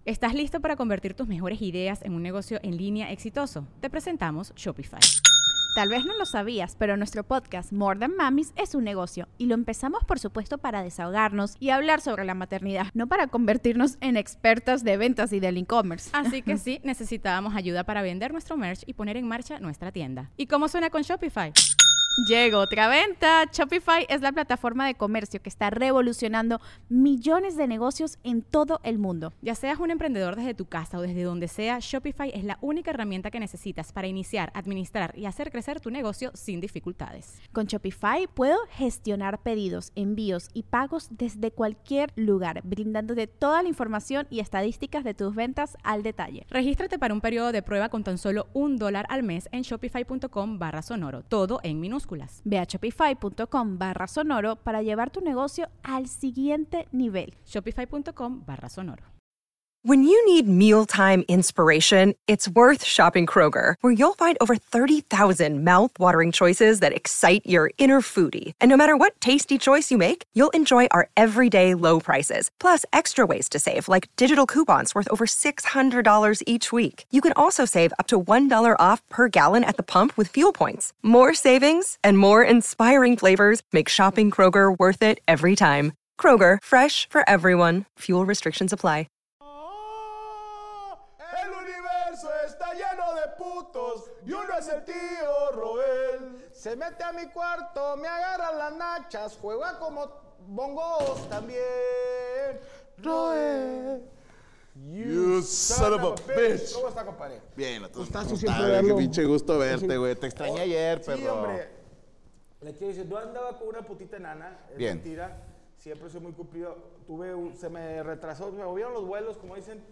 ¿Estás listo para convertir tus mejores ideas en un negocio en línea exitoso? Te presentamos Shopify. Tal vez no lo sabías, pero nuestro podcast More Than Mamis es un negocio y lo empezamos por supuesto para desahogarnos y hablar sobre la maternidad, no para convertirnos en expertas de ventas y del e-commerce. Así que sí, necesitábamos ayuda para vender nuestro merch y poner en marcha nuestra tienda. ¿Y cómo suena con Shopify? Llegó otra venta. Shopify es la plataforma de comercio que está revolucionando millones de negocios en todo el mundo. Ya seas un emprendedor desde tu casa o desde donde sea, Shopify es la única herramienta que necesitas para iniciar, administrar y hacer crecer tu negocio sin dificultades. Con Shopify puedo gestionar pedidos, envíos y pagos desde cualquier lugar, brindándote toda la información y estadísticas de tus ventas al detalle. Regístrate para un periodo de prueba con tan solo $1 al mes en shopify.com/sonoro, todo en minúsculas. Ve a shopify.com/sonoro para llevar tu negocio al siguiente nivel. Shopify.com/sonoro. When you need mealtime inspiration, it's worth shopping Kroger, where you'll find over 30,000 mouth-watering choices that excite your inner foodie. And no matter what tasty choice you make, you'll enjoy our everyday low prices, plus extra ways to save, like digital coupons worth over $600 each week. You can also save up to $1 off per gallon at the pump with fuel points. More savings and more inspiring flavors make shopping Kroger worth it every time. Kroger, fresh for everyone. Fuel restrictions apply. El universo está lleno de putos y uno es el tío Roel. Se mete a mi cuarto, me agarra las nachas, juega como bongos también. Roel. You son of a bitch. ¿Cómo está, compadre? Bien, tú Gustazo estás siempre Qué verlo. pinche gusto verte, güey. Te extrañé ayer, Sí, perro. hombre. Le quiero decir, yo andaba con una putita enana, es Bien. mentira. Siempre soy muy cumplido. Se me retrasó, me movieron los vuelos, como dicen.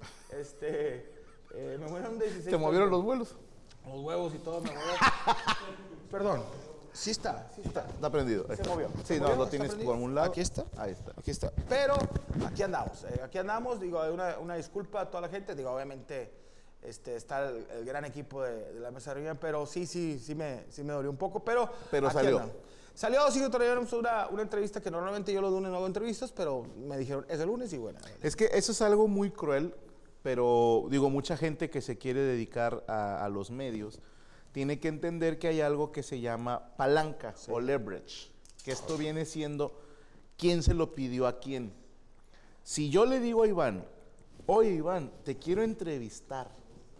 Me movieron 16. ¿Te movieron los vuelos? Los huevos y todo me movieron. Perdón. Sí está. Está prendido. Ahí Se está. movió. Sí, ¿Se no, movió? lo ¿Está tienes prendido? por un lado. Aquí está. Ahí está. Aquí está. Pero aquí andamos. Digo, una disculpa a toda la gente. Digo, obviamente está el gran equipo de la mesa de reunión, pero sí me dolió un poco. Pero aquí salió. andamos. Salió, sí, traíamos una entrevista que normalmente yo los lunes no hago entrevistas, pero me dijeron, es el lunes y bueno. Es que eso es algo muy cruel, pero digo, mucha gente que se quiere dedicar a los medios tiene que entender que hay algo que se llama palanca o leverage, que esto viene siendo quién se lo pidió a quién. Si yo le digo a Iván, oye Iván, te quiero entrevistar,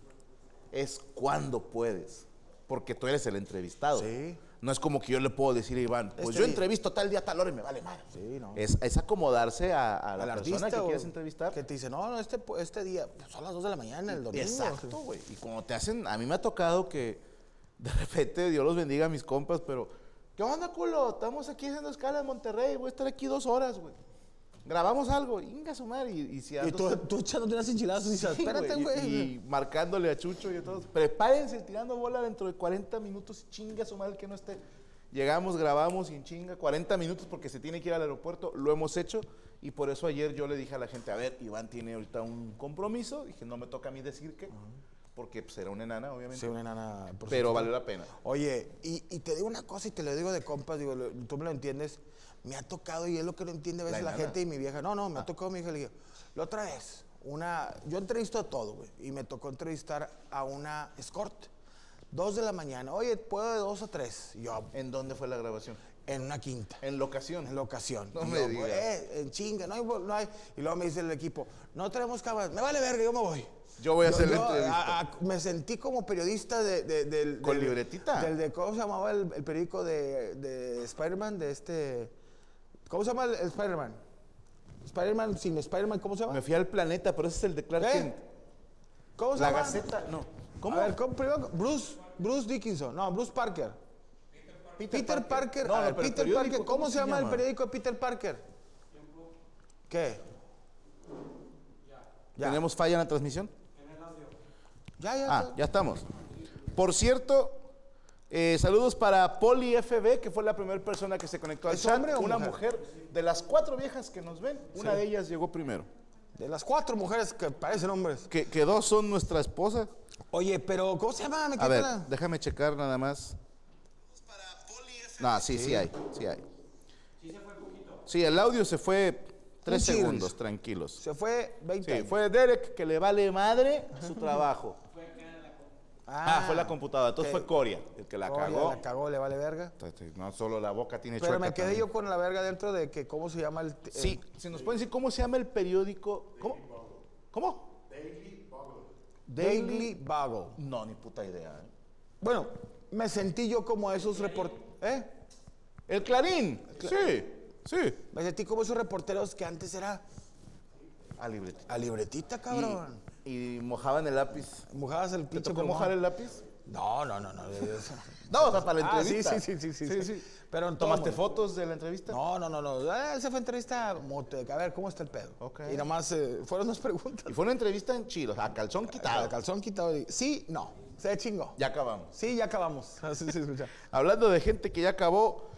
es cuando puedes, porque tú eres el entrevistado. Sí. No es como que yo le puedo decir a Iván, pues yo día. entrevisto tal día, tal hora y me vale madre. Sí, no. Es acomodarse a Al la artista persona que o quieres entrevistar. que te dice, no, este día pues, son las 2 de la mañana, el domingo. Exacto, güey. Y como te hacen, a mí me ha tocado que de repente, Dios los bendiga a mis compas, pero ¿qué onda, culo? Estamos aquí haciendo escala en Monterrey, voy a estar aquí 2 horas, güey. Grabamos algo, inga su madre. Y si Y tú echándote unas enchiladas y dices, Sí, espérate, güey. Y marcándole a Chucho y a todos. Prepárense, tirando bola dentro de 40 minutos. Chinga su madre que no esté. Llegamos, grabamos y en chinga 40 minutos porque se tiene que ir al aeropuerto. Lo hemos hecho y por eso ayer yo le dije a la gente, a ver, Iván tiene ahorita un compromiso. Dije, no me toca a mí decir qué, porque pues, era una enana, obviamente. Sí, una enana. por Pero supuesto. valió la pena. Oye, y te digo una cosa y te lo digo de compas, digo, tú me lo entiendes. Me ha tocado, y es lo que no entiende a veces la enana. gente y mi vieja. No, me ha tocado mi hija, le dije, la otra vez, yo entrevisto a todo, güey, y me tocó entrevistar a una escort. 2 de la mañana, oye, ¿puedo de 2 a 3? Yo, ¿En dónde fue la grabación? en una quinta. En locación. En la ocasión. No Y me yo, digas. en chinga, no hay. Y luego me dice el equipo, no tenemos cámaras. Me vale verga, yo me voy. Yo voy a hacer la entrevista. Me sentí como periodista ¿Con libretita? ¿Cómo se llamaba el periódico de Spider-Man? ¿Cómo se llama el Spider-Man? Spider-Man sin Spider-Man, ¿cómo se llama? Me fui al planeta, pero ese es el de Clark Kent. ¿Cómo se La llama? Gaceta, no. ¿Cómo? A ver, primero, Bruce Dickinson. No, Bruce Parker. Peter Parker. No, A ver, pero el Peter periódico, Parker. ¿Cómo se llama el periódico de Peter Parker? ¿Qué? Ya. ¿Tenemos falla en la transmisión? Ya. Ya estamos. Por cierto, saludos para Poli FB, que fue la primera persona que se conectó al ¿Es chat. hombre o una mujer? de las 4 viejas que nos ven, una de ellas llegó primero. De las 4 mujeres que parecen hombres. Que 2 son nuestra esposa. Oye, pero ¿cómo se llama? A ver, déjame checar nada más. No, sí hay. Sí, el audio se fue 3 Un segundos, chirris. tranquilos. Se fue 20 Sí, años. fue Derek que le vale madre su trabajo. Fue la computadora. Entonces ok. fue Coria el que la Coria cagó. La cagó, le vale verga. Entonces, no solo la boca tiene Pero chueca me quedé también. yo con la verga dentro de que cómo se llama el... Sí, si nos pueden decir cómo se llama el periódico. ¿Cómo? ¿Cómo? Daily Bugle. No, ni puta idea. Bueno, me sentí yo como esos reporteros... El Clarín. Sí. Me sentí como esos reporteros que antes era A libretita. a libretita, cabrón. Y mojaban el lápiz. Mojabas el ¿Te pinche tocó plumón. mojar el lápiz? No. No, o sea, para la entrevista. Sí. Pero en ¿Tomaste todo- fotos de la entrevista? No. Esa fue entrevista, a ver, ¿cómo está el pedo? Ok. Y nomás fueron dos preguntas. Y fue una entrevista en chilos, a calzón quitado. Calzón quitado. Sí, no. Se chingó. Ya acabamos. Sí, ya acabamos. Así se escucha. Hablando de gente que ya acabó,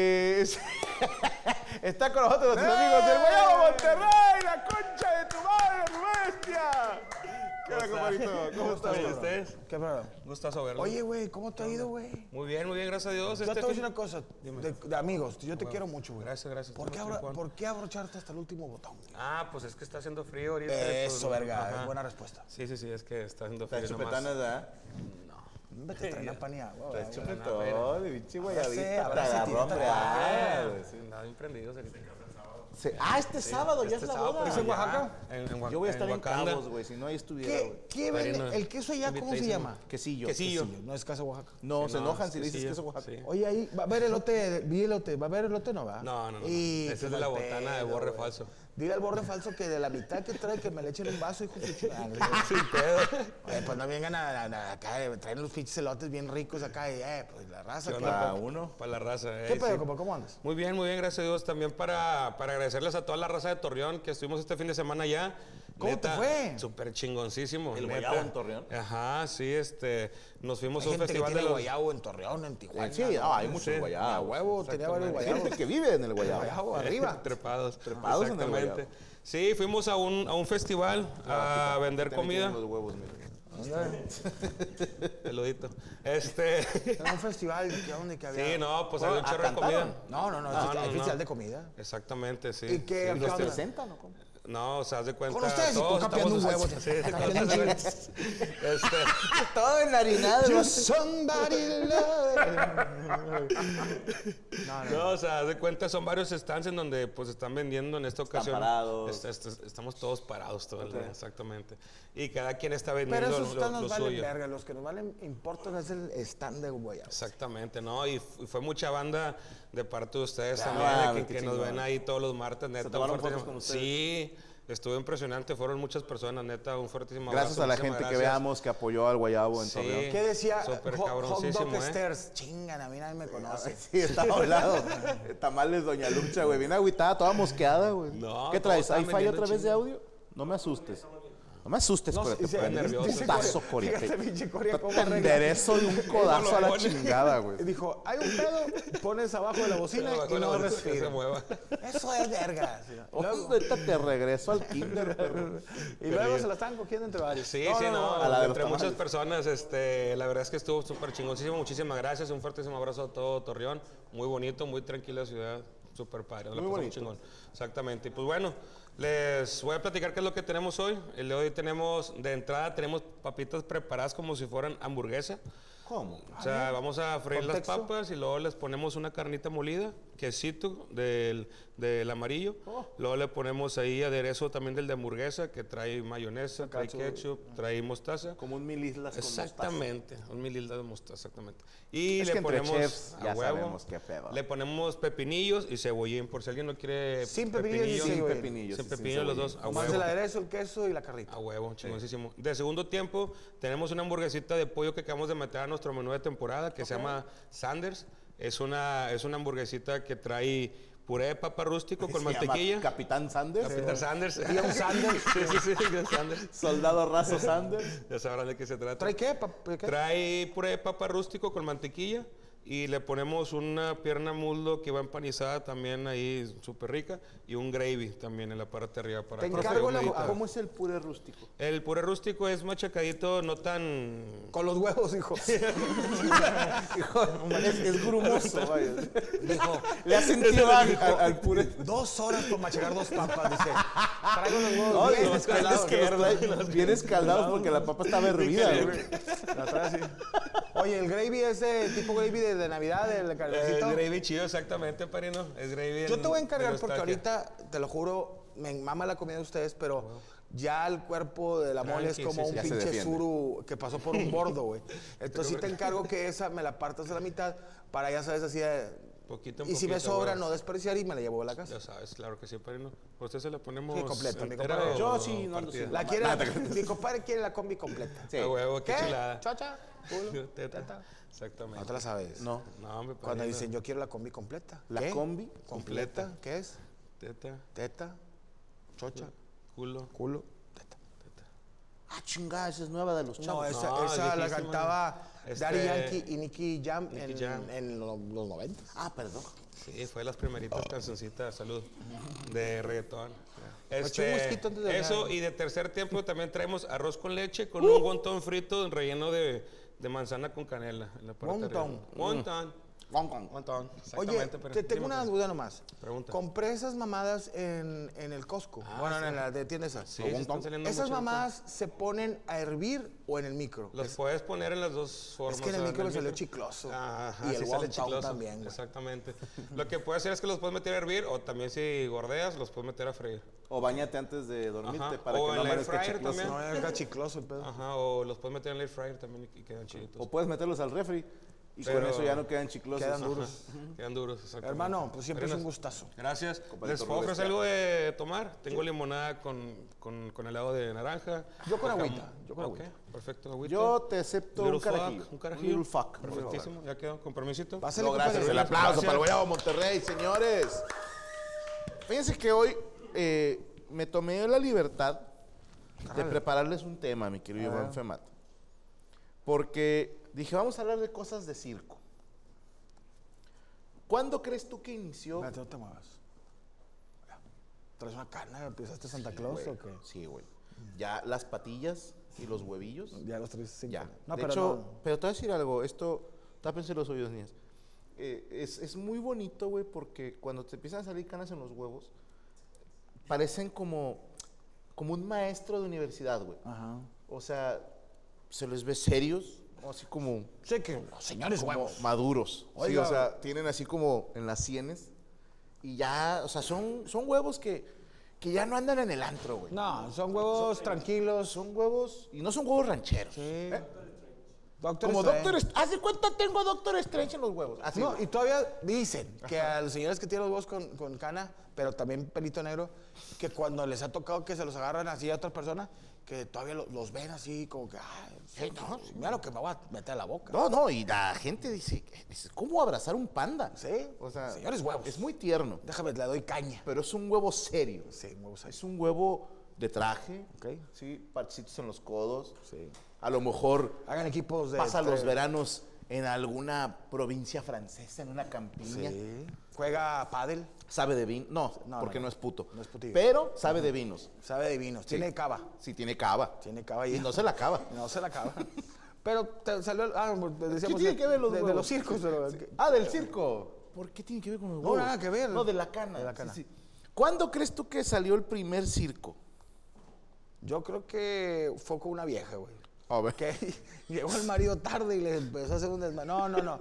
está con nosotros nuestros amigos del Guayabo Monterrey, la concha de tu madre, tu bestia. ¿Qué onda, compadrito? ¿Cómo estás? ¿Y ustedes? ¿Qué pedo? Gustazo verlo. Oye, güey, ¿cómo te ha ido, güey? Muy bien, gracias a Dios. Yo te voy a decir una cosa, de amigos, yo te quiero mucho, güey. Gracias. ¿Por qué, Juan. ¿Por qué abrocharte hasta el último botón? Güey? Ah, pues es que está haciendo frío ahorita. Eso, pues, verga, ajá. buena respuesta. Sí, es que está haciendo ¿Estás frío chupetanas, nomás. verdad? Vete a traer la panía, güey. Estás chupetón, pinche guayabita. Te abrace, agarró, tirita, hombre. Andaba bien prendidos ahorita. Este sábado ya es la boda. ¿Es en Oaxaca? Yo voy a estar en Wakanda. Cabos, güey, si no ahí estuviera, güey. ¿Qué vende? ¿El queso allá cómo se llama? Quesillo. Quesillo. No es Casa Oaxaca. No, Sí, se no, enojan si le dices quesillo, que es Oaxaca. sí. Oye, ahí va a haber elote, vi elote, ¿va a haber elote no va? No. Y Esa es qué la mal botana de pedo, borre güey. falso. Dile al borre falso que de la mitad que trae que me le echen un vaso, hijo de su chingada. Sin pedo. Oye, pues no vengan acá, traen los pinches elotes bien ricos acá y pues la raza ¿Qué que... onda, Para Pop? uno. Para la raza. ¿Qué pedo, sí. compa? ¿Cómo andas? Muy bien, gracias a Dios. También para agradecerles a toda la raza de Torreón que estuvimos este fin de semana allá. ¿Cómo te fue? Súper chingoncísimo. ¿El neta. Guayabo en Torreón? Ajá, sí, nos fuimos Hay a un gente que festival tiene de los... guayabo en Torreón, en Tijuana. Sí, hay muchos Sí. guayabos. A huevo, tenía varios guayabos. Gente que vive en el guayabo. Guayabo arriba. Trepados. Trepados en el Exactamente. guayabo. Sí, fuimos a un festival a vender También comida. tienen los huevos, mira. Peludito. Era un festival que donde que había... Sí, no, pues había un chorro de ¿cantaron? comida. No, hay festival de comida. Exactamente, sí. ¿Y qué? Sí, ¿Qué onda? ¿Presentan o cómo? No, o sea, haz de cuenta. Con ustedes y tú todos capeando un estamos- huevo. Sí, Capeando un chile. Todo enharinado. You're somebody love. No, o sea, haz de cuenta, son varios stands en donde pues están vendiendo en esta ocasión. parados. Estamos todos parados todo el día, exactamente. Y cada quien está Pero vendiendo esos stands lo nos valen suyo. verga. Los que nos valen importan es el stand de guayabo. Exactamente, ¿no? Y fue mucha banda de parte de ustedes Claro, también, de qué que nos chingón. ven ahí todos los martes, neta. tomaron un fuerte- fotos con ustedes? Sí, estuvo impresionante, fueron muchas personas, neta, un fuertísimo Gracias abrazo, a la muchísimas gente que gracias. veamos que apoyó al guayabo en Sí. Torreón. ¿Qué decía? Súper Hot cabroncísimo, Dog ¿eh? Stairs. Chingan, a mí nadie me conoce. Sí, estaba hablado. Tamales Doña Lucha, güey. Bien agüitada, toda mosqueada, güey. No, ¿Qué todos traes? estaban ¿Hay falla vendiendo otra vez de chingo. audio? No me asustes. No me asustes, No, Corea. Te dice- prendes nervioso. un dice tazo, Corea, Corea. fíjate, pinche Corea, Te cómo arregla. enderezo de un codazo a la chingada, güey. Y dijo, hay un pedo, pones abajo de la bocina Abajo y de la no bolsa, que se respiras. mueva. Eso es verga. Sí. Luego- Ahorita te regreso al kinder, perro. Y luego se la están cogiendo entre varios. Sí, no, a la de los entre muchas tamales. personas, la verdad es que estuvo súper chingoncísimo, muchísimas gracias, un fuertísimo abrazo a todo Torreón, muy bonito, muy tranquila ciudad, súper padre, la Muy pasamos bonito. chingón, exactamente, y pues bueno, les voy a platicar qué es lo que tenemos hoy, el de hoy tenemos, de entrada tenemos papitas preparadas como si fueran hamburguesa, ¿Cómo? o sea, vamos a freír las ¿Contexto? papas y luego les ponemos una carnita molida, quesito del amarillo. Luego le ponemos ahí aderezo también del de hamburguesa, que trae mayonesa, trae ketchup, trae mostaza. Como un 1000 islas con mostaza. Exactamente, un 1000 islas de mostaza, exactamente. Y Es le que entre ponemos chefs ya a huevo, sabemos qué pedo. le ponemos pepinillos y cebollín, por si alguien no quiere Sin pepinillos y pepinillo, sin Sin cebollín. pepinillos. sin y sin pepinillos los cebollín. dos, a Nomás huevo. el aderezo, el queso y la carrita. A huevo, chingoncísimo. De segundo tiempo, tenemos una hamburguesita de pollo que acabamos de meter a nuestro menú de temporada que se llama Sanders. Es una hamburguesita que trae puré de papa rústico con Se llama mantequilla. Capitán Sanders. Peter Sanders. Y un Sanders. Sí, un Sanders. Soldado raso Sanders. Ya sabrán de qué se trata. ¿Trae qué? ¿Qué? Trae puré de papa rústico con mantequilla, Y le ponemos una pierna muslo que va empanizada también ahí, súper rica. Y un gravy también en la parte de arriba. Para Te que encargo sea la- humedita. ¿Cómo es el puré rústico? El puré rústico es machacadito, no tan... Con los huevos, hijo. Hijo, es grumoso, vaya. Dijo, Le hacen tío al puré. 2 horas por machacar 2 papas, dice. Traigo los huevos No, bien bien escalados. bien escaldados porque la papa estaba hervida, güey. La trae así. Oye, el gravy es tipo gravy de Navidad, del Es carnecito. gravy chido, exactamente, Parino. Es gravy. Yo te voy a encargar de porque Eustaquia. ahorita, te lo juro, me mama la comida de ustedes, pero ya el cuerpo de la mole es Tranqui, como sí, un sí. Ya se pinche defiende. suru que pasó por un bordo, güey. Entonces sí te encargo que esa me la partas a la mitad para, ya sabes, así de... Poquito en Y si me poquito, sobra, güey. no desperdiciar y me la llevo a la casa. Ya sabes, claro que sí, Parino. ¿Por usted se la ponemos Sí, completa, mi entera compadre. o Yo sí, no ando partida? sin- La quiere, mi compadre quiere la combi completa. Sí. A huevo, qué ¿Qué? chulada. Chacha, culo, Teta. teta. Exactamente. No te la sabes. No. No, hombre, Cuando Parino. dicen yo quiero la combi completa. ¿La ¿Qué? combi completa? ¿Qué es? Teta, Teta, chocha, culo. culo, teta. Ah, chingada, esa es nueva de los No, chavos. esa, No, esa la viejísima. cantaba Daddy Yankee y Nicky Jam Nicky en, Jam. en los 90. Ah, perdón. Sí, fue de las primeritas cancioncitas, salud, de reggaetón. Eché un whisky antes de Eso, hablar. y de tercer tiempo también traemos arroz con leche con un wonton frito relleno de manzana con canela. En la parte de arriba. Wonton. Wonton. Wonton. Oye, Exactamente. pero te tengo dime, una pues. duda nomás. Pregunta. Compré esas mamadas en el Costco. bueno, en la de tienda esa. Sí, sí están saliendo ¿Esas mucho ahorita. mamadas se ponen a hervir o en el micro? Los puedes poner en las dos formas. Es que en el o sea, micro me salió micro. chicloso. Ajá, Y sí el sale wonton chicloso. también, güey. Exactamente. Lo que puedes hacer es que los puedes meter a hervir o también si gordeas los puedes meter a freír. O bañate antes de dormirte Ajá. para O que no en el amanezca fryer chicloso. también. No, era chicloso el pedo. Ajá, o los puedes meter en el air fryer también y quedan chiditos. O puedes meterlos al refri y con Pero- eso ya no quedan chiclosos. Quedan Ajá. duros. Quedan duros, exactamente. Hermano, pues siempre es un Arenas. gustazo. Gracias. Compadrito ¿Les puedo ofrecer Robles, algo de tomar? Tengo limonada con helado de naranja. Yo con O agüita, yo con Ok, agüita. perfecto, agüita. Yo te acepto Little un carajillo. fuck, un carajillo. Little fuck. Perfectísimo, ya quedó. Con permisito. Pásale, No, gracias. compadre. El aplauso Gracias. para el Guayabo Monterrey, señores. Fíjense que hoy me tomé la libertad de prepararles un tema, mi querido Iván Femat. Porque dije, vamos a hablar de cosas de circo. ¿Cuándo crees tú que inició? Espérate, no te muevas. ¿Traes una cana? ¿Empezaste Santa Claus o qué? Sí, güey. Ya las patillas y los huevillos. Ya los traes sin Ya. cana. No, de pero hecho, no. pero te voy a decir algo. Esto, tápense los oídos, niñas. Es muy bonito, güey, porque cuando te empiezan a salir canas en los huevos, parecen como un maestro de universidad, güey. Ajá. O sea, se les ve serios, o así como Sé que los señores huevos. maduros. Sí, Oiga. o sea, tienen así como en las sienes. Y ya, o sea, son huevos que ya no andan en el antro, güey. No, son huevos tranquilos. Son huevos, y no son huevos rancheros. Sí. ¿eh? Doctor Como Strange. Doctor Strange. ¿Haz de cuenta tengo Doctor Strange en los huevos? Así, No, güey. y todavía dicen que a los señores que tienen los huevos con cana, pero también pelito negro, que cuando les ha tocado que se los agarran así a otras personas, que todavía los ven así como que, ay, Sí, no. mira lo que me voy a meter a la boca. No, y la gente dice, ¿cómo abrazar un panda? Sí, O sea, señores huevos. es muy tierno, Déjame, le doy caña. pero es un huevo serio. Sí, huevos ahí. Es un huevo de traje, Ok. sí, parchecitos en los codos. Sí. A lo mejor Hagan equipos de... pasa los tres. veranos en alguna provincia francesa, en una campiña. Sí. Juega pádel, Sabe de vino. No, No, porque no, no es puto. no es putillo. Pero sabe de vinos. sabe de vinos, tiene cava. Sí, tiene cava. Tiene cava Y no se la acaba. No se la acaba. Pero te salió... decíamos tiene que ver los de huevos? los circos, pero... Ah, del circo. ¿Por qué tiene que ver con los No, huevos? nada que ver. No, de la cana. De la cana. Sí, sí. ¿Cuándo crees tú que salió el primer circo? Yo creo que fue con una vieja, güey. A ver. Que llegó el marido tarde y le empezó a hacer un desmadre. No.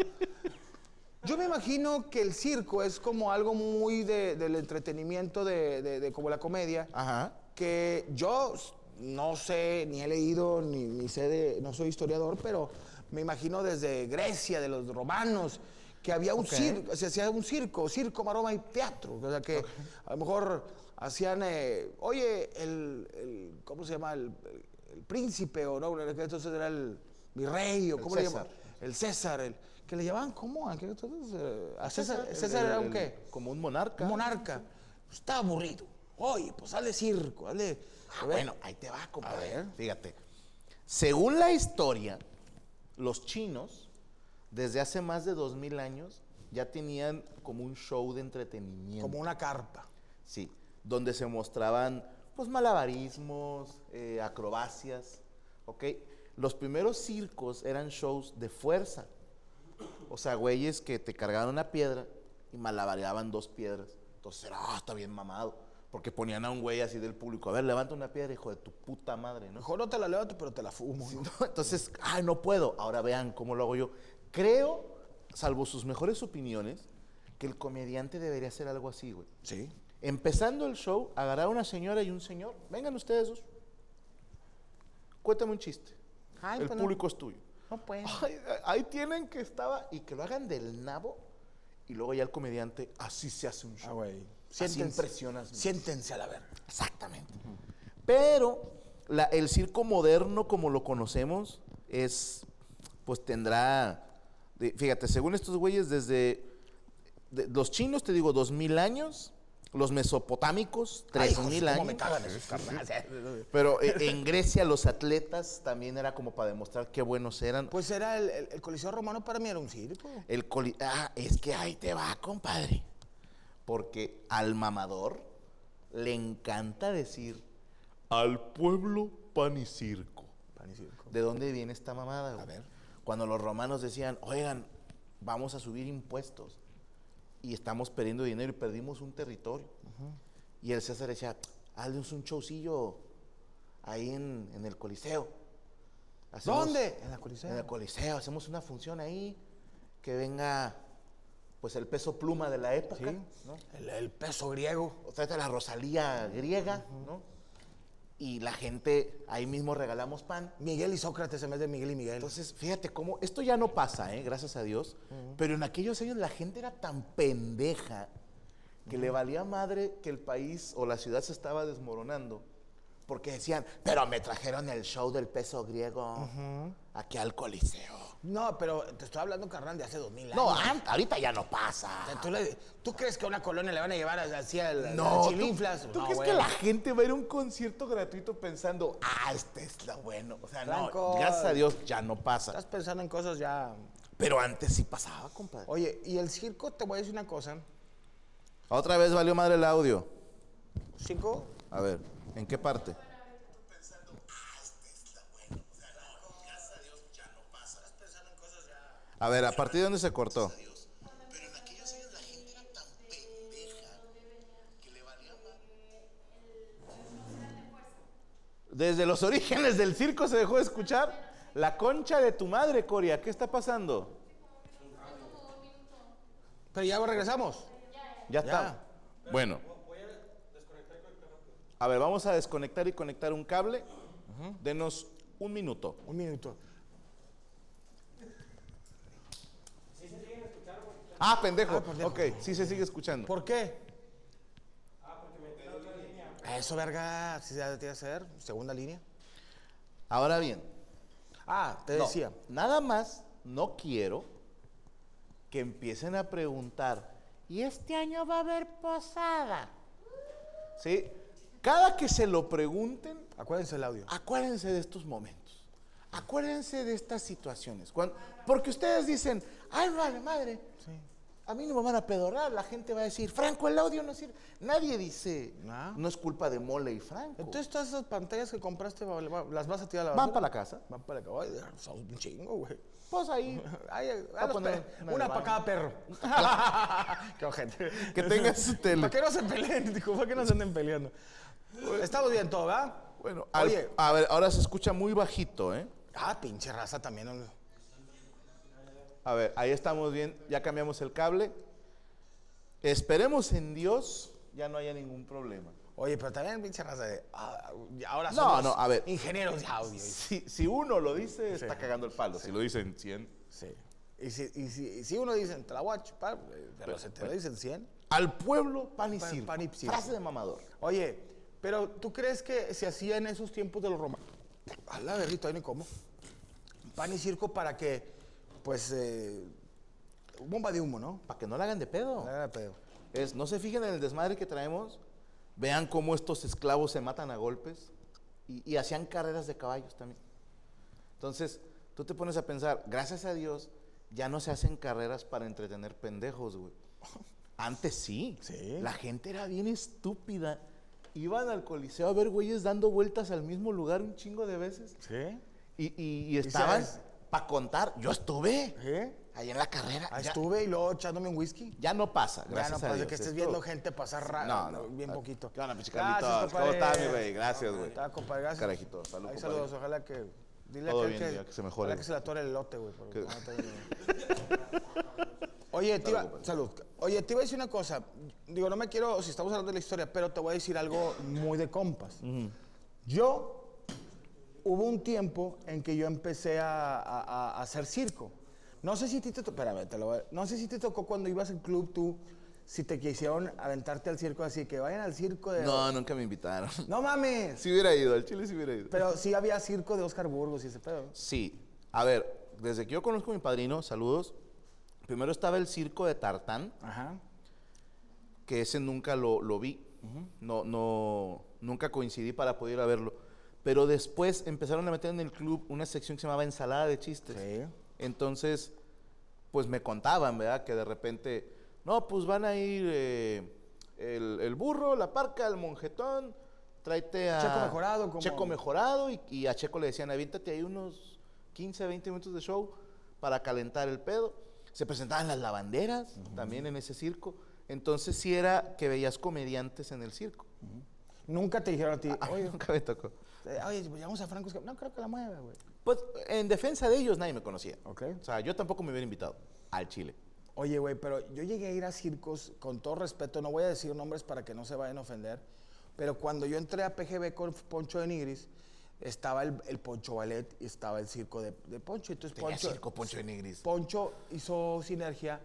Yo me imagino que el circo es como algo muy del entretenimiento de como la comedia. Ajá. Que yo no sé, ni he leído, ni sé no soy historiador, pero me imagino desde Grecia, de los romanos, que había un circo, se hacía un circo, maroma y teatro. O sea que a lo mejor hacían, oye, ¿cómo se llama? El príncipe, o no, entonces era el virrey, o ¿cómo le César. llaman? El César, que le llamaban, ¿cómo? ¿A qué entonces? A César era un qué? Como un monarca. Un monarca. Estaba aburrido. Oye, pues hazle circo, hazle... Bueno, ahí te va, compadre. A ver. Fíjate. Según la historia, los chinos desde hace más de 2000 años, ya tenían como un show de entretenimiento. Como una carpa. Sí, donde se mostraban, pues, malabarismos, acrobacias, ¿ok? Los primeros circos eran shows de fuerza. O sea, güeyes que te cargaban una piedra y malabareaban 2 piedras. Entonces era, está bien mamado. Porque ponían a un güey así del público, a ver, levanta una piedra, hijo de tu puta madre, ¿no? Mejor no te la levanto, pero te la fumo. Sí, ¿no? Entonces, no puedo. Ahora vean cómo lo hago yo. Creo, salvo sus mejores opiniones, que el comediante debería hacer algo así, güey. Sí. Empezando el show, agarrar a una señora y un señor. Vengan ustedes dos. Cuéntame un chiste. Ay, el pues público es tuyo. No puedo. Ahí tienen que estaba. Y que lo hagan del nabo. Y luego ya el comediante, así se hace un show. Güey. Así impresionas. Siéntense a la verga. Exactamente. Pero el circo moderno, como lo conocemos, pues tendrá, fíjate, según estos güeyes, los chinos, te digo, 2000 años, los mesopotámicos, 3000 años. ¿Cómo me cagan esos carnales? Pero en Grecia los atletas también era como para demostrar qué buenos eran. Pues era el Coliseo Romano, para mí era un circo. Es que ahí te va, compadre. Porque al mamador le encanta decir, al pueblo pan y circo. Pan y circo. ¿De dónde viene esta mamada, güey? A ver. Cuando los romanos decían, oigan, vamos a subir impuestos y estamos perdiendo dinero y perdimos un territorio. Y el César decía, hazles un showcillo ahí en el Coliseo. ¿Dónde? En el Coliseo. En el Coliseo, hacemos una función ahí, que venga, pues, el peso pluma de la época, Sí, ¿no? El peso griego. O tráete la Rosalía griega, ¿no? Y la gente, ahí mismo regalamos pan. Miguel y Sócrates en vez de Miguel y Miguel. Entonces, fíjate cómo, esto ya no pasa, gracias a Dios, pero en aquellos años la gente era tan pendeja que le valía madre que el país o la ciudad se estaba desmoronando, porque decían, pero me trajeron el show del peso griego aquí al Coliseo. No, pero te estoy hablando, carnal, de hace 2000 años. No, ahorita ya no pasa. O sea, ¿tú crees que a una colonia le van a llevar así al No, Chilinflas? ¿tú No, crees güey. que la gente va a ir a un concierto gratuito pensando, este es lo bueno? O sea, Franco, no, gracias a Dios ya no pasa. Estás pensando en cosas ya... Pero antes sí pasaba, compadre. Oye, y el circo, te voy a decir una cosa. Otra vez valió madre el audio. ¿Circo? A ver, ¿en qué parte? A ver, ¿a partir de dónde se cortó? Pero en aquellos años la gente era tan pendeja que le valía más. Desde los orígenes del circo se dejó de escuchar. La concha de tu madre, Coria, ¿qué está pasando? Pero ya regresamos. Ya está. Bueno. A ver, vamos a desconectar y conectar un cable. Denos un minuto. Un minuto. Ah, pendejo. pendejo. Ok, sí se sigue escuchando. ¿Por qué? Eso, verga, si ya tiene que ser. Segunda línea. Ahora bien, Te no, decía. nada más no quiero que empiecen a preguntar, ¿y este año va a haber posada? ¿Sí? Cada que se lo pregunten, Acuérdense el audio. acuérdense de estos momentos. Acuérdense de estas situaciones. Porque ustedes dicen, ay, vale, madre, a mí no me van a pedorrar. La gente va a decir, Franco, el audio no sirve. Nadie dice, no es culpa de Mole y Franco. Entonces, todas esas pantallas que compraste, ¿las vas a tirar a la Van basura? para la casa. Van para la casa. Ay, son un chingo, güey. Pues ahí. A poner una para baño. cada perro. Qué ojete. Que tenga su tele. ¿Para qué no se peleen? Dijo, ¿para qué no se anden peleando? Estamos bien todo, ¿verdad? Bueno, Oye. a ver, ahora se escucha muy bajito, ¿eh? Pinche raza también. Hombre. A ver, ahí estamos bien. Ya cambiamos el cable. Esperemos en Dios ya no haya ningún problema. Oye, pero también pinche raza de... ahora No, somos no, a ver. ingenieros de audio. Si uno lo dice, está cagando el palo. Si lo dicen 100. Sí. Y si uno dice, te la voy a chupar, pero si te lo dicen 100. Al pueblo, pan y Pan- circo. pan y circo. Frase de mamador. Oye, pero ¿tú crees que se hacía en esos tiempos de los romanos? A la verrita, ahí ni cómo. Pan y circo para que, pues, bomba de humo, ¿no? Para que no la hagan de pedo. Nada de pedo. No se fijen en el desmadre que traemos. Vean cómo estos esclavos se matan a golpes. Y hacían carreras de caballos también. Entonces, tú te pones a pensar, gracias a Dios, ya no se hacen carreras para entretener pendejos, güey. Antes sí. Sí. La gente era bien estúpida. Iban al coliseo a ver güeyes dando vueltas al mismo lugar un chingo de veces. Sí. Y estaban sabes? para contar. Yo estuve ¿Sí? ahí en la carrera. Ahí Ya- estuve y luego echándome un whisky. Ya no pasa, Ya gracias no a pasa Dios. que estés Esto- viendo gente pasar No. bien poquito. ¿Qué onda, pinche Gracias, Carlitos? ¿Cómo compadre. estás, mi rey? Gracias, güey. Está, compadre, gracias. Carajito, salud, Ahí compadre. saludos, ojalá que... Dile Todo a aquel bien, ya que se mejore, Ojalá güey. que se le atore el elote, güey. porque Que- no te- Oye, te iba... Salud. Oye, te iba a decir una cosa. Digo, no me quiero... Si estamos hablando de la historia, pero te voy a decir algo muy de compas. Yo... Hubo un tiempo en que yo empecé a hacer circo. No sé si te tocó... Espérame, no sé si te tocó cuando ibas al club tú... Si te quisieron aventarte al circo así, que vayan al circo de... No, nunca me invitaron. ¡No mames! Si hubiera ido, al Chile sí hubiera ido. Pero sí había circo de Oscar Burgos y ese pedo. Sí. A ver, desde que yo conozco a mi padrino, saludos. Primero estaba el circo de Tartán, Ajá. que ese nunca lo vi. Nunca coincidí para poder ir a verlo. Pero después empezaron a meter en el club una sección que se llamaba Ensalada de Chistes. Sí. Entonces, pues me contaban, ¿verdad? Que de repente, no, pues van a ir el burro, la parca, el monjetón, tráete a... Checo Mejorado, como- Checo Mejorado, y a Checo le decían, aviéntate ahí unos 15, 20 minutos de show para calentar el pedo. Se presentaban las lavanderas también en ese circo. Entonces sí era que veías comediantes en el circo. Nunca te dijeron a ti, A mí oye, nunca me tocó. oye, vamos a Franco Escamilla. No creo que la mueva, güey. Pues en defensa de ellos nadie me conocía. Ok. O sea, yo tampoco me hubiera invitado al Chile. Oye, güey, pero yo llegué a ir a circos, con todo respeto, no voy a decir nombres para que no se vayan a ofender, pero cuando yo entré a PGB con Poncho de Nigris, estaba el Poncho Ballet y estaba el circo de Poncho. Entonces Tenía circo Poncho de Nigris. Poncho hizo sinergia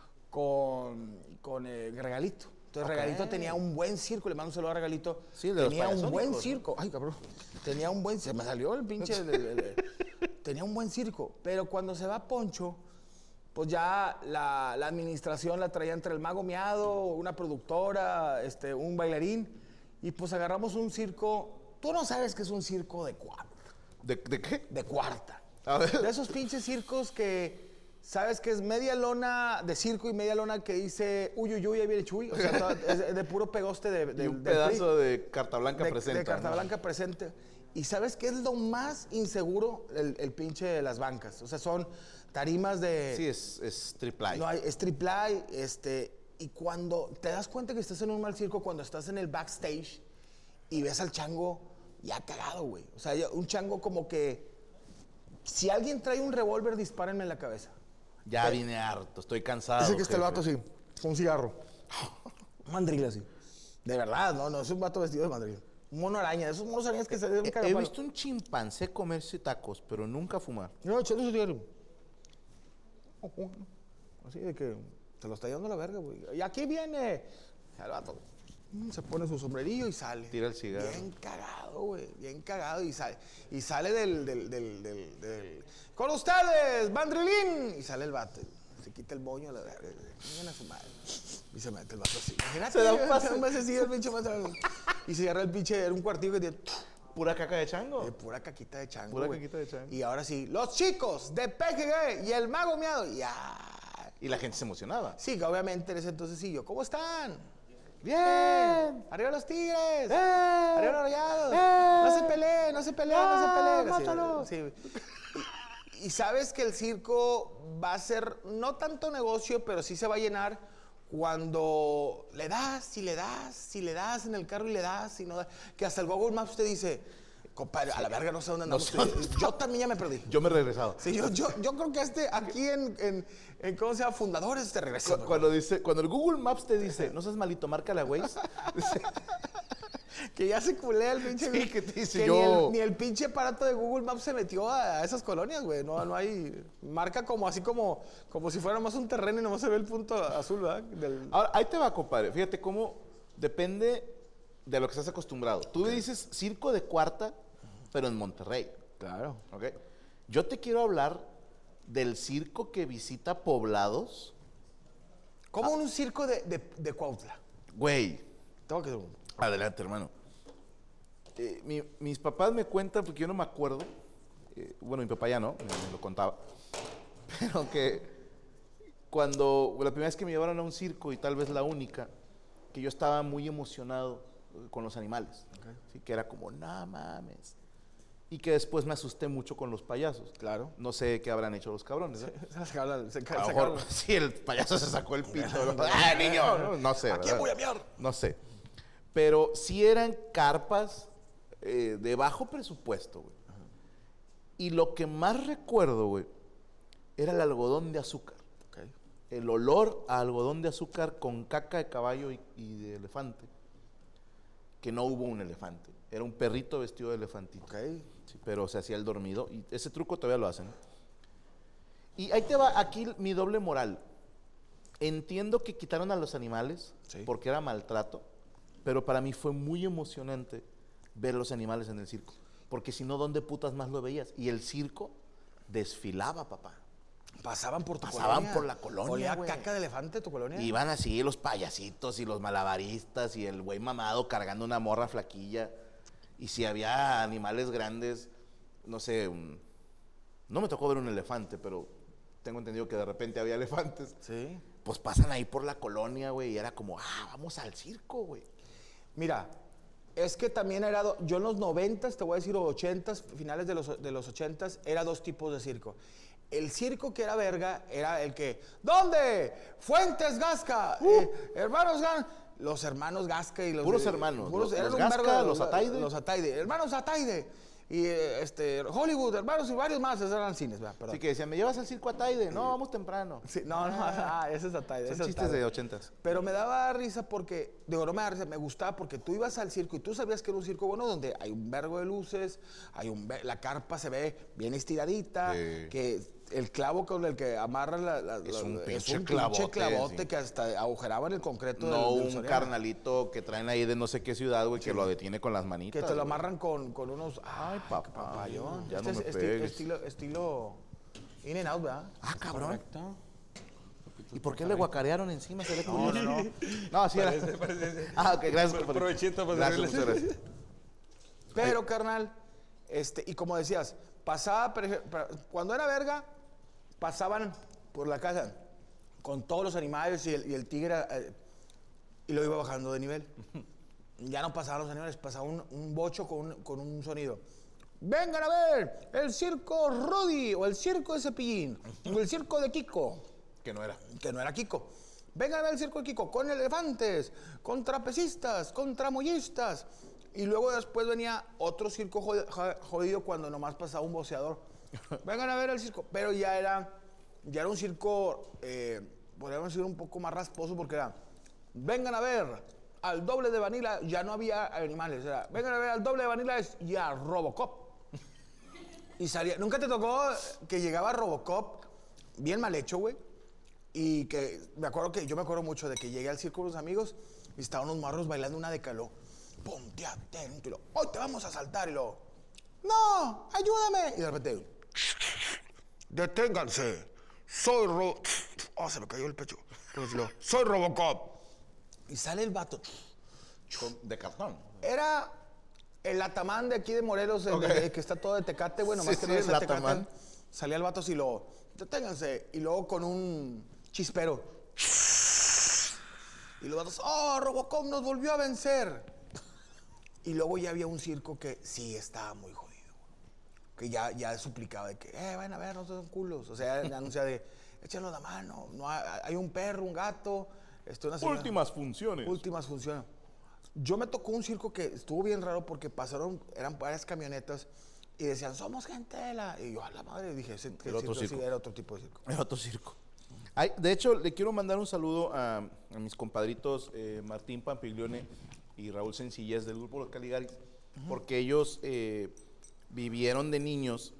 con Regalito. Entonces Ok. Regalito tenía un buen circo, le mando un saludo a Regalito. Sí, de los tenía un buen payasónicos, ¿no? circo. Ay, cabrón. Tenía un buen, se me salió el pinche. Tenía un buen circo. Pero cuando se va Poncho, pues ya la administración la traía entre el Mago Miado, una productora, un bailarín. Y pues agarramos un circo. Tú no sabes que es un circo de cuarta. ¿De qué? De cuarta. A ver. De esos pinches circos que sabes que es media lona de circo y media lona que dice uy, uy, uy, ahí viene Chuy. O sea, es de puro pegoste Y del un PRI. pedazo de carta blanca presente. De carta blanca presente. Y ¿sabes qué es lo más inseguro? El pinche de las bancas. O sea, son tarimas de... Sí, es triple No hay, es triple A, y cuando te das cuenta que estás en un mal circo, cuando estás en el backstage y ves al chango ya cagado, güey. O sea, un chango como que... Si alguien trae un revólver, dispárenme en la cabeza. Ya vine harto, estoy cansado. Dice que está el jefe. vato así, con un cigarro. Un mandril así. De verdad, no es un vato vestido de mandril. Un mono araña, esos monos arañas que se den un He cagapalo. visto un chimpancé comerse tacos, pero nunca fumar. No, echando su cigarro. Así de que se lo está llevando a la verga, güey. Y aquí viene el vato. Se pone su sombrerillo y sale. Tira el cigarro. Bien cagado, güey. Bien cagado. Y sale del... ¡Con ustedes, Mandrilín! Y sale el vato. Se quita el moño a la verga. Vengan a su madre. Y se mete el vato así. Imagínate. Se da un pase. Un mesecillo el pinche vato. Y se agarra el pinche... Era un cuartillo que tiene... ¿Pura caca de chango? Pura caquita de chango. Pura güey. caquita de chango. Y ahora sí, los chicos de PGG y el Mago Miado. Ya. Y la gente se emocionaba. Sí, que obviamente en ese entonces sí yo. ¿Cómo están? ¡Bien! ¡Arriba los tigres! ¡Eh! ¡Arriba los rayados! ¡Eh! ¡No se peleen, no se peleen, no se peleen! Así, ¡Mátalo! sí. Y sabes que el circo va a ser no tanto negocio, pero sí se va a llenar cuando le das, y le das, y le das en el carro y le das, y no das. Que hasta el Google Maps te dice, compadre, a la verga no sé dónde andamos. No sé. Yo también ya me perdí. Yo me he regresado. Sí, yo creo que aquí en ¿cómo se llama? Fundadores te regresa. Cuando el Google Maps te dice, no seas malito, marca la Waze. Que ya se culea el pinche... Sí, que te dice, que yo- ni el pinche aparato de Google Maps se metió a esas colonias, güey. No hay... Marca como así como si fuera más un terreno y nomás se ve el punto azul, ¿verdad? Ahora, ahí te va, compadre. Fíjate cómo depende de lo que estás acostumbrado. Tú dices circo de cuarta, pero en Monterrey. Claro. ¿Ok? Yo te quiero hablar del circo que visita poblados. Como un circo de Cuautla. Güey, Tengo que... adelante, hermano. Mis papás me cuentan, porque yo no me acuerdo. Bueno, mi papá ya no, me lo contaba. Pero que cuando la primera vez que me llevaron a un circo, y tal vez la única, que yo estaba muy emocionado con los animales. Así que era como, no mames. Y que después me asusté mucho con los payasos. Claro. No sé qué habrán hecho los cabrones. ¿Eh? A lo mejor, sí, el payaso se sacó el pito. ¡Ah, niño! No sé. ¿A quién voy a miar? No sé. Pero sí eran carpas de bajo presupuesto, güey. Y lo que más recuerdo, güey, era el algodón de azúcar. Okay. El olor a algodón de azúcar con caca de caballo y de elefante. Que no hubo un elefante. Era un perrito vestido de elefantito. Okay. Sí, pero se hacía el dormido. Y ese truco todavía lo hacen. Y ahí te va aquí mi doble moral. Entiendo que quitaron a los animales porque era maltrato. Pero para mí fue muy emocionante ver los animales en el circo. Porque si no, ¿dónde putas más lo veías? Y el circo desfilaba, papá. Pasaban por tu Pasaban colonia. por la colonia, ¿Olía güey. caca de elefante tu colonia? Iban así los payasitos y los malabaristas y el güey mamado cargando una morra flaquilla. Y si había animales grandes, no sé, no me tocó ver un elefante, pero tengo entendido que de repente había elefantes. Sí. Pues pasan ahí por la colonia, güey, y era como, vamos al circo, güey. Mira, es que también era, yo en los 90s, te voy a decir, o 80s, finales de los 80s, era dos tipos de circo. El circo que era verga era el que, ¿dónde? Fuentes Gasca, hermanos Gasca, los hermanos Gasca y los... Puros hermanos, puros, los eran un Gasca, vergo de los Ataide. Los Ataide, hermanos Ataide. Y Hollywood, hermanos y varios más, esos eran cines, ¿verdad? Perdón. Así que decían, ¿me llevas al circo Ataide? No, vamos temprano. Sí, no, ese es Ataide. Son ese es chistes Ataide. de 80s. Pero me daba risa porque, digo, no me daba risa, me gustaba porque tú ibas al circo y tú sabías que era un circo bueno donde hay un vergo de luces, la carpa se ve bien estiradita, que el clavo con el que amarran Es un pinche pinche clavote, clavote sí. que hasta agujeraban el concreto No del un Soriana. carnalito que traen ahí de no sé qué ciudad, güey, que lo detiene con las manitas. Que te lo güey. amarran con unos... Ay, qué papá, papayón. ya no me es pegues. estilo In and Out, ¿verdad? Cabrón. Correcto. ¿Y por qué le guacarearon encima? Se ve No, curioso. no, no. No, así era. Parece. Ok, gracias, compadre. Provechito para Gracias, servirles. muchas gracias. Pero, carnal, y como decías, pasaba, cuando era verga, pasaban por la casa con todos los animales y el tigre y lo iba bajando de nivel. Ya no pasaban los animales, pasaba un bocho con un sonido. Vengan a ver el circo Rudy o el circo de Cepillín o el circo de Kiko. Que no era. Que no era Kiko. Vengan a ver el circo de Kiko con elefantes, con trapecistas, con tramoyistas. Y luego después venía otro circo jodido cuando nomás pasaba un boceador. Vengan a ver el circo. Pero ya era un circo, podríamos decir, un poco más rasposo porque era, vengan a ver al doble de Vanilla, ya no había animales. Era, vengan a ver al doble de Vanilla y a Robocop. Y salía, ¿nunca te tocó que llegaba Robocop bien mal hecho, güey? Y que yo me acuerdo mucho de que llegué al circo con los amigos y estaban unos marros bailando una de caló. Ponte atento, y lo, hoy te vamos a saltar, y lo, no, ayúdame. Y de repente, deténganse, soy se me cayó el pecho. Soy Robocop. Y sale el vato. De cartón. Era el Atamán de aquí de Morelos, que está todo de Tecate, bueno, más Sí, que sí, no es el de Tecate. Atamán. Salía el vato así, lo, deténganse. Y luego con un chispero. Y los vatos, Robocop nos volvió a vencer. Y luego ya había un circo que sí estaba muy jodido. Que ya suplicaba de que, vayan a ver, no sean culos. O sea, anuncia de, échenlo la mano. No hay un perro, un gato. Una señora. Últimas funciones. Últimas funciones. Yo me tocó un circo que estuvo bien raro porque eran varias camionetas y decían, somos gente de la... Y yo, a la madre, dije, Era otro circo. Sí, era otro tipo de circo. Era otro circo. De hecho, le quiero mandar un saludo a mis compadritos Martín Pampiglione y Raúl Sencillez del grupo Los Caligaris, porque ellos vivieron de niños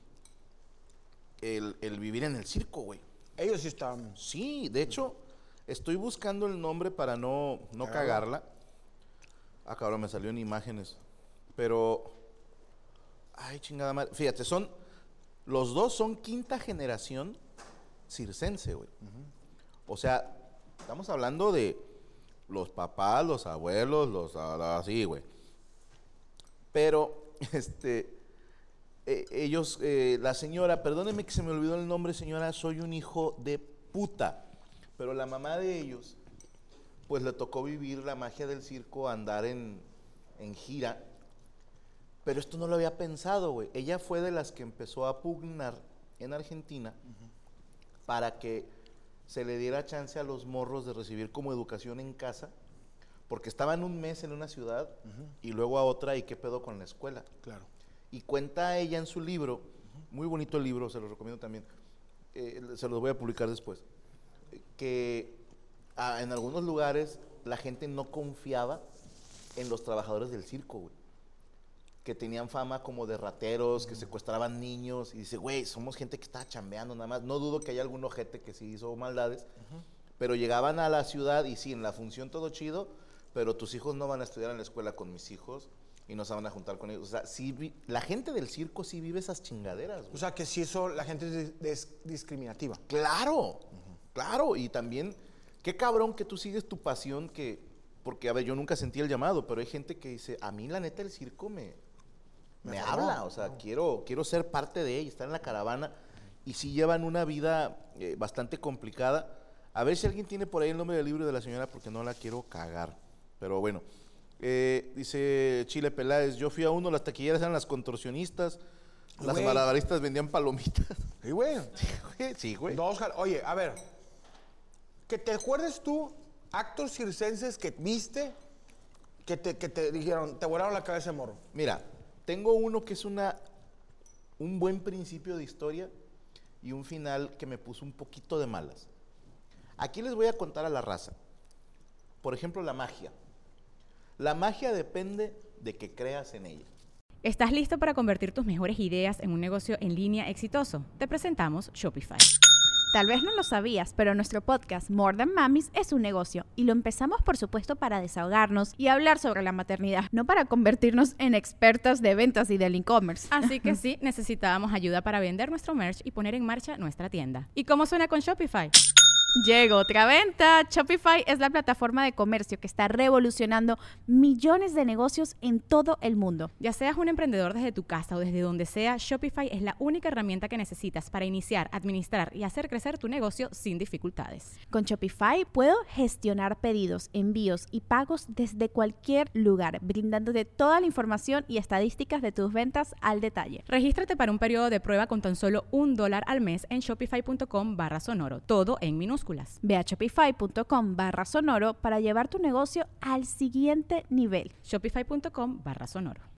el vivir en el circo, güey. Ellos sí estaban... Sí, de hecho, estoy buscando el nombre para no cagarla. Cabrón, me salió en imágenes. Pero, ay, chingada madre. Fíjate, los dos son quinta generación circense, güey. O sea, estamos hablando de los papás, los abuelos, así, güey. Pero, ellos, la señora, perdóneme que se me olvidó el nombre, señora, soy un hijo de puta. Pero la mamá de ellos, pues le tocó vivir la magia del circo, andar en gira. Pero esto no lo había pensado, güey. Ella fue de las que empezó a pugnar en Argentina para que se le diera chance a los morros de recibir como educación en casa, porque estaban un mes en una ciudad y luego a otra, y qué pedo con la escuela. Claro. Y cuenta ella en su libro, muy bonito el libro, se lo recomiendo también, se los voy a publicar después, que en algunos lugares la gente no confiaba en los trabajadores del circo, güey, que tenían fama como de rateros, que secuestraban niños, y dice, güey, somos gente que estaba chambeando nada más. No dudo que haya algún ojete que sí hizo maldades, pero llegaban a la ciudad y sí, en la función todo chido, pero tus hijos no van a estudiar en la escuela con mis hijos y no se van a juntar con ellos. O sea, sí, la gente del circo sí vive esas chingaderas, güey. O sea, que si eso, la gente es discriminativa. Claro, claro, y también, qué cabrón que tú sigues tu pasión, porque, a ver, yo nunca sentí el llamado, pero hay gente que dice, a mí la neta el circo me habla, o sea, quiero ser parte de ella, estar en la caravana, y sí llevan una vida bastante complicada. A ver si alguien tiene por ahí el nombre del libro de la señora, porque no la quiero cagar, pero bueno. Dice Chile Peláez, yo fui a uno, las taquilleras eran las contorsionistas, las Güey. malabaristas vendían palomitas. Sí, güey. Sí, güey. Oye, a ver, que te acuerdes tú, actos circenses que viste, que te dijeron, te volaron la cabeza de morro. Mira, tengo uno que es un buen principio de historia y un final que me puso un poquito de malas. Aquí les voy a contar a la raza. Por ejemplo, la magia. La magia depende de que creas en ella. ¿Estás listo para convertir tus mejores ideas en un negocio en línea exitoso? Te presentamos Shopify. Tal vez no lo sabías, pero nuestro podcast More Than Mamis es un negocio y lo empezamos por supuesto para desahogarnos y hablar sobre la maternidad, no para convertirnos en expertas de ventas y del e-commerce. Así que sí, necesitábamos ayuda para vender nuestro merch y poner en marcha nuestra tienda. ¿Y cómo suena con Shopify? Llegó otra venta. Shopify es la plataforma de comercio que está revolucionando millones de negocios en todo el mundo. Ya seas un emprendedor desde tu casa o desde donde sea, Shopify es la única herramienta que necesitas para iniciar, administrar y hacer crecer tu negocio sin dificultades. Con Shopify puedo gestionar pedidos, envíos y pagos desde cualquier lugar, brindándote toda la información y estadísticas de tus ventas al detalle. Regístrate para un periodo de prueba con tan solo $1 al mes en shopify.com/sonoro, todo en minúsculas. Ve a shopify.com/sonoro para llevar tu negocio al siguiente nivel. Shopify.com/sonoro.